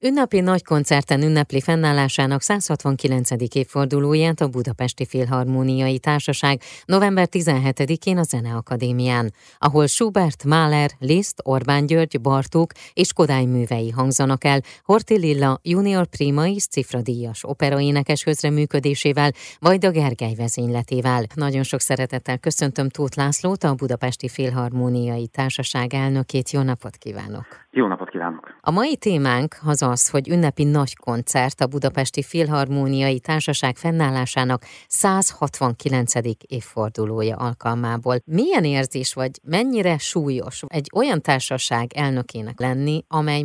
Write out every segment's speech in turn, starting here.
Ünnepi nagy koncerten ünnepli fennállásának 169. évfordulóját a Budapesti Filharmóniai Társaság november 17-én a Zeneakadémián, ahol Schubert, Mahler, Liszt, Orbán György, Bartók és Kodály művei hangzanak el, Horthy Lilla junior prima és cifradíjas operaénekes közreműködésével, Vajda Gergely vezényletével. Nagyon sok szeretettel köszöntöm Tóth Lászlót, a Budapesti Filharmóniai Társaság elnökét. Jó napot kívánok! Jó napot kívánok! A mai témánk az, hogy ünnepi nagy koncert a Budapesti Filharmóniai Társaság fennállásának 169. évfordulója alkalmából. Milyen érzés vagy mennyire súlyos egy olyan társaság elnökének lenni, amely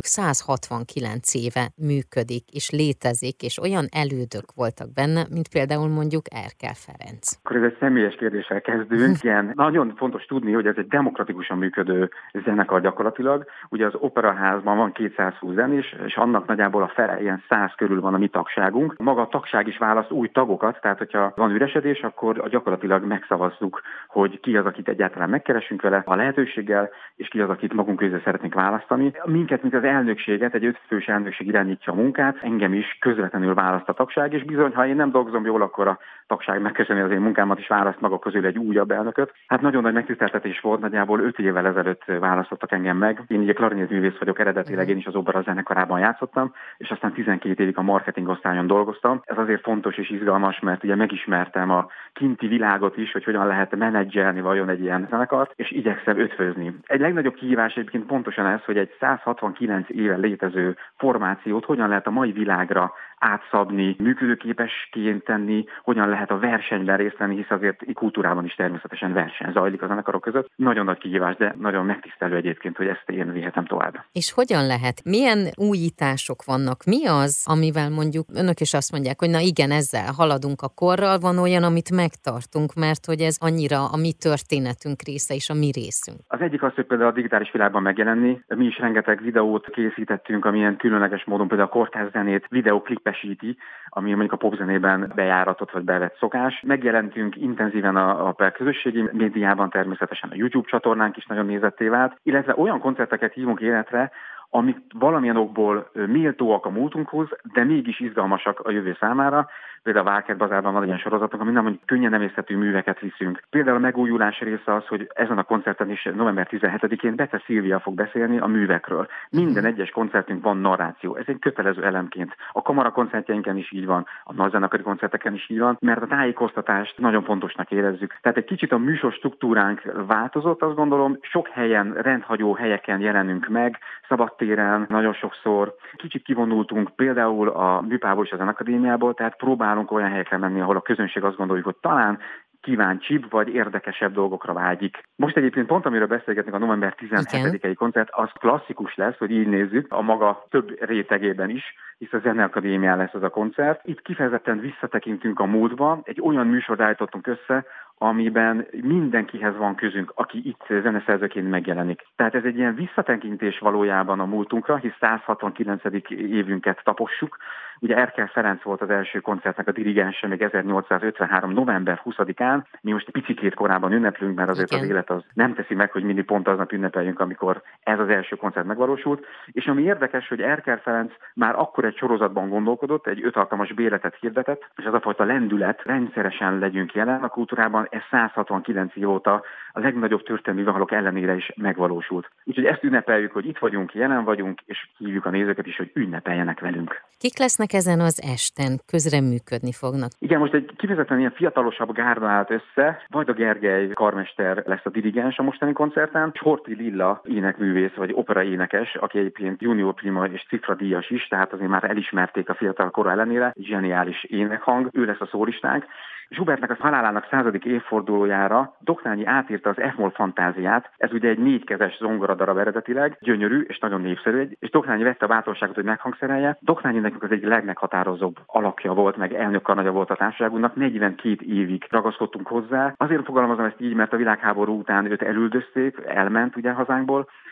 169 éve működik és létezik, és olyan elődök voltak benne, mint például mondjuk Erkel Ferenc? Akkor ez egy személyes kérdéssel kezdünk. Igen, nagyon fontos tudni, hogy ez egy demokratikusan működő zenekar gyakorlatilag. Ugye az operaházban van 220 zenés, és annak nagyjából a fele, ilyen 100 körül van a mi tagságunk. Maga a tagság is választ új tagokat, tehát hogyha van üresedés, akkor gyakorlatilag megszavazzuk, hogy ki az, akit egyáltalán megkeresünk vele a lehetőséggel, és ki az, akit magunk közül szeretnénk választani. Minket, mint az elnökséget, egy 5 fős elnökség irányítja a munkát, engem is közvetlenül választ a tagság, és bizony, ha én nem dolgozom jól, akkor a tagság megköszöni az én munkámat, és választ maga közül egy újabb elnököt. Hát nagyon nagy megtiszteltetés volt, nagyjából 5 évvel ezelőtt választottak engem meg. Én ugye klarinétművész vagyok eredetileg, én is az opera zenekarában játszottam, és aztán 12 évig a marketing osztályon dolgoztam. Ez azért fontos és izgalmas, mert ugye megismertem a kinti világot is, hogy hogyan lehet menedzselni vajon egy ilyen zenekart, és igyekszem ötvözni. Egy legnagyobb kihívás egyébként pontosan ez, hogy egy 169 éve létező formációt hogyan lehet a mai világra átszabni, működőképesként tenni, hogyan lehet a versenyben részt venni, hisz azért kultúrában is természetesen verseny zajlik a zenekarok között. Nagyon nagy kihívás, de nagyon megtisztelő egyébként, hogy ezt én vihetem tovább. És hogyan lehet? Milyen újítások vannak? Mi az, amivel mondjuk önök is azt mondják, hogy na igen, ezzel haladunk a korral, van olyan, amit megtartunk, mert hogy ez annyira a mi történetünk része és a mi részünk. Az egyik az, hogy például a digitális világban megjelenni. Mi is rengeteg videót készítettünk, amilyen különleges módon például a kórház zenét videóklipesíti, ami mondjuk a popzenében bejáratott vagy bevett szokás. Megjelentünk intenzíven a közösségi médiában, természetesen a YouTube csatornánk is nagyon nézetté vált, illetve olyan koncerteket hívunk életre, amik valamilyen okból méltóak a múltunkhoz, de mégis izgalmasak a jövő számára. Például a Várkert Bazárban van egy ilyen sorozatunk, amin mondjuk könnyen emészthető műveket viszünk. Például a megújulás része az, hogy ezen a koncerten is november 17-én Bece Szilvia fog beszélni a művekről. Minden egyes koncertünk van narráció, ez egy kötelező elemként. A kamara koncertjeinken is így van, a nagyzenekari koncerteken is így van, mert a tájékoztatást nagyon fontosnak érezzük. Tehát egy kicsit a műsor struktúránk változott, azt gondolom, sok helyen, rendhagyó helyeken jelenünk meg, szabadtéren, nagyon sokszor. Kicsit kivonultunk például a Műpából és a Zenakadémiából, tehát próbálunk olyan helyekre menni, ahol a közönség azt gondolja, hogy talán kíváncsibb vagy érdekesebb dolgokra vágyik. Most egyébként pont, amiről beszélgetünk, a november 17-i koncert, az klasszikus lesz, hogy így nézzük, a maga több rétegében is, hisz a Zeneakadémián lesz az a koncert. Itt kifejezetten visszatekintünk a múltba, egy olyan műsort állítottunk össze, amiben mindenkihez van közünk, aki itt zeneszerzőként megjelenik. Tehát ez egy ilyen visszatekintés valójában a múltunkra, hisz 169. évünket tapossuk. Ugye Erkel Ferenc volt az első koncertnek a dirigense még 1853. november 20-án. Mi most picikét korábban ünneplünk, mert azért az élet az nem teszi meg, hogy mindig pont aznap ünnepeljünk, amikor ez az első koncert megvalósult. És ami érdekes, hogy Erkel Ferenc már akkor egy sorozatban gondolkodott, egy 5 alkalmas bérletet hirdetett, és az a fajta lendület, rendszeresen legyünk jelen a kultúrában, ez 169 év óta a legnagyobb történelmi viharok ellenére is megvalósult. Úgyhogy ezt ünnepeljük, hogy itt vagyunk, jelen vagyunk, és hívjuk a nézőket is, hogy ünnepeljenek velünk. Kik lesznek ezen az esten? Közreműködni fognak? Igen, most egy kifejezetten ilyen fiatalosabb gárda állt össze. Vajda Gergely karmester lesz a dirigens a mostani koncerten, és Horthy Lilla énekművész vagy opera énekes, aki egyébként junior prima és cifradíjas is, tehát azért már elismerték a fiatal kora ellenére, zseniális énekhang, ő lesz a szólistánk. Schubertnek a halálának 100. évfordulójára Doknányi átírta az F-moll fantáziát, ez ugye egy 4 kezes zongoradarab eredetileg, gyönyörű és nagyon népszerű, és Doknányi vette a bátorságot, hogy meghangszerelje. Doknányi nekünk az egy legmeghatározóbb alakja volt, meg elnökkarnagya volt a társaságunknak, 42 évig ragaszkodtunk hozzá. Azért fogalmazom ezt így, mert a világháború után őt elüldözték, elment ugye hazánkból,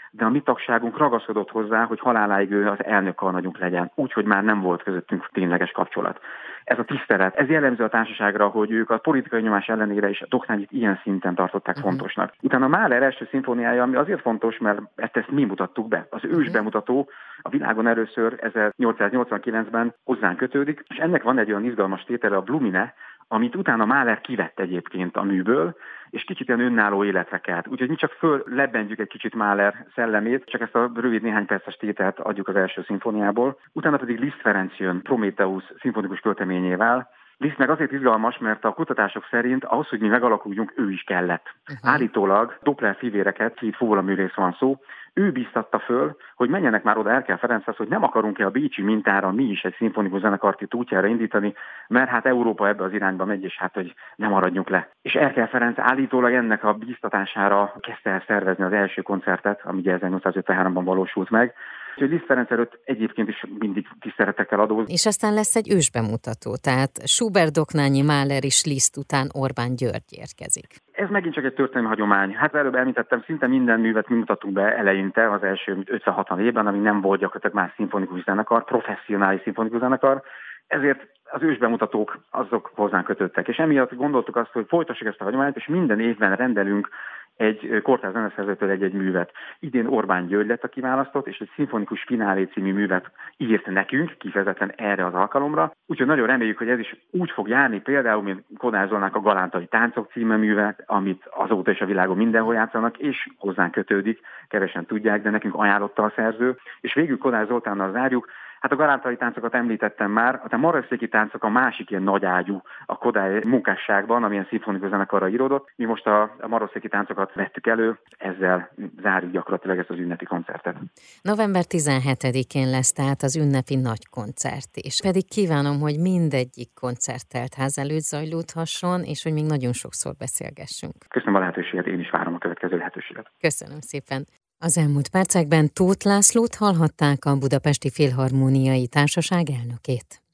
de a mi tagságunk ragaszkodott hozzá, hogy haláláig ő az elnök karnagyunk legyen, úgyhogy már nem volt közöttünk tényleges kapcsolat. Ez a tisztelet, ez jellemző a társaságra, hogy ők a politikai nyomás ellenére is a Dohnányit ilyen szinten tartották fontosnak. Utána Mahler első szimfóniája, ami azért fontos, mert ezt mi mutattuk be. Az ős bemutató a világon először 1889-ben hozzánk kötődik, és ennek van egy olyan izgalmas tétele, a Blumine, amit utána Mahler kivett egyébként a műből, és kicsit ilyen önálló életre kelt. Úgyhogy mi csak föllebbenjük egy kicsit Mahler szellemét, csak ezt a rövid néhány perces tételt adjuk az első szimfóniából. Utána pedig Liszt Ferenc jön Prométheusz szimfonikus költeményével. Liszt meg azért izgalmas, mert a kutatások szerint ahhoz, hogy mi megalakuljunk, ő is kellett. Állítólag Doppler fivéreket, két fólaművész van szó, ő bíztatta föl, hogy menjenek már oda Erkel Ferenchez, hogy nem akarunk-e a bécsi mintára mi is egy szimfonikus zenekartit útjára indítani, mert hát Európa ebbe az irányba megy, és hát, hogy nem maradjunk le. És Erkel Ferenc állítólag ennek a bíztatására kezdte el szervezni az első koncertet, ami 1853-ban valósult meg. Úgyhogy Liszt Ferenc előtt egyébként is mindig tisztelettel adóz. És aztán lesz egy ősbemutató, tehát Schubert, Dohnányi, Mahler és Liszt után Orbán György érkezik. Ez megint csak egy történelmi hagyomány. Hát előbb említettem, szinte minden művet mi mutattunk be eleinte, az első 50-60 évben, ami nem volt gyakorlatilag más szimfonikus zenekar, professzionális szimfonikus zenekar. Ezért az ősbemutatók azok hozzánk kötöttek. És emiatt gondoltuk azt, hogy folytassuk ezt a hagyományt, és minden évben rendelünk egy kortárs zeneszerzőtől egy művet. Idén Orbán György lett a kiválasztott, és egy szimfonikus finálé című művet írt nekünk, kifejezetten erre az alkalomra. Úgyhogy nagyon reméljük, hogy ez is úgy fog járni, például, mint Kodály Zoltánnak a Galántai táncok című művet, amit azóta is a világon mindenhol játszanak, és hozzánk kötődik, kevesen tudják, de nekünk ajánlotta a szerző. És végül Kodály Zoltánnal zárjuk. Hát a galántai táncokat említettem már, a marosszéki táncok a másik ilyen nagyágyú a Kodály munkásságban, amilyen szimfonikus zenekarra íródott. Mi most a marosszéki táncokat vettük elő, ezzel zárjuk gyakorlatilag ezt az ünnepi koncertet. November 17-én lesz tehát az ünnepi nagy koncert is. Pedig kívánom, hogy mindegyik koncert teltház előtt zajlódhasson, és hogy még nagyon sokszor beszélgessünk. Köszönöm a lehetőséget, én is várom a következő lehetőséget. Köszönöm szépen. Az elmúlt percekben Tóth Lászlót hallhatták, a Budapesti Filharmóniai Társaság elnökét.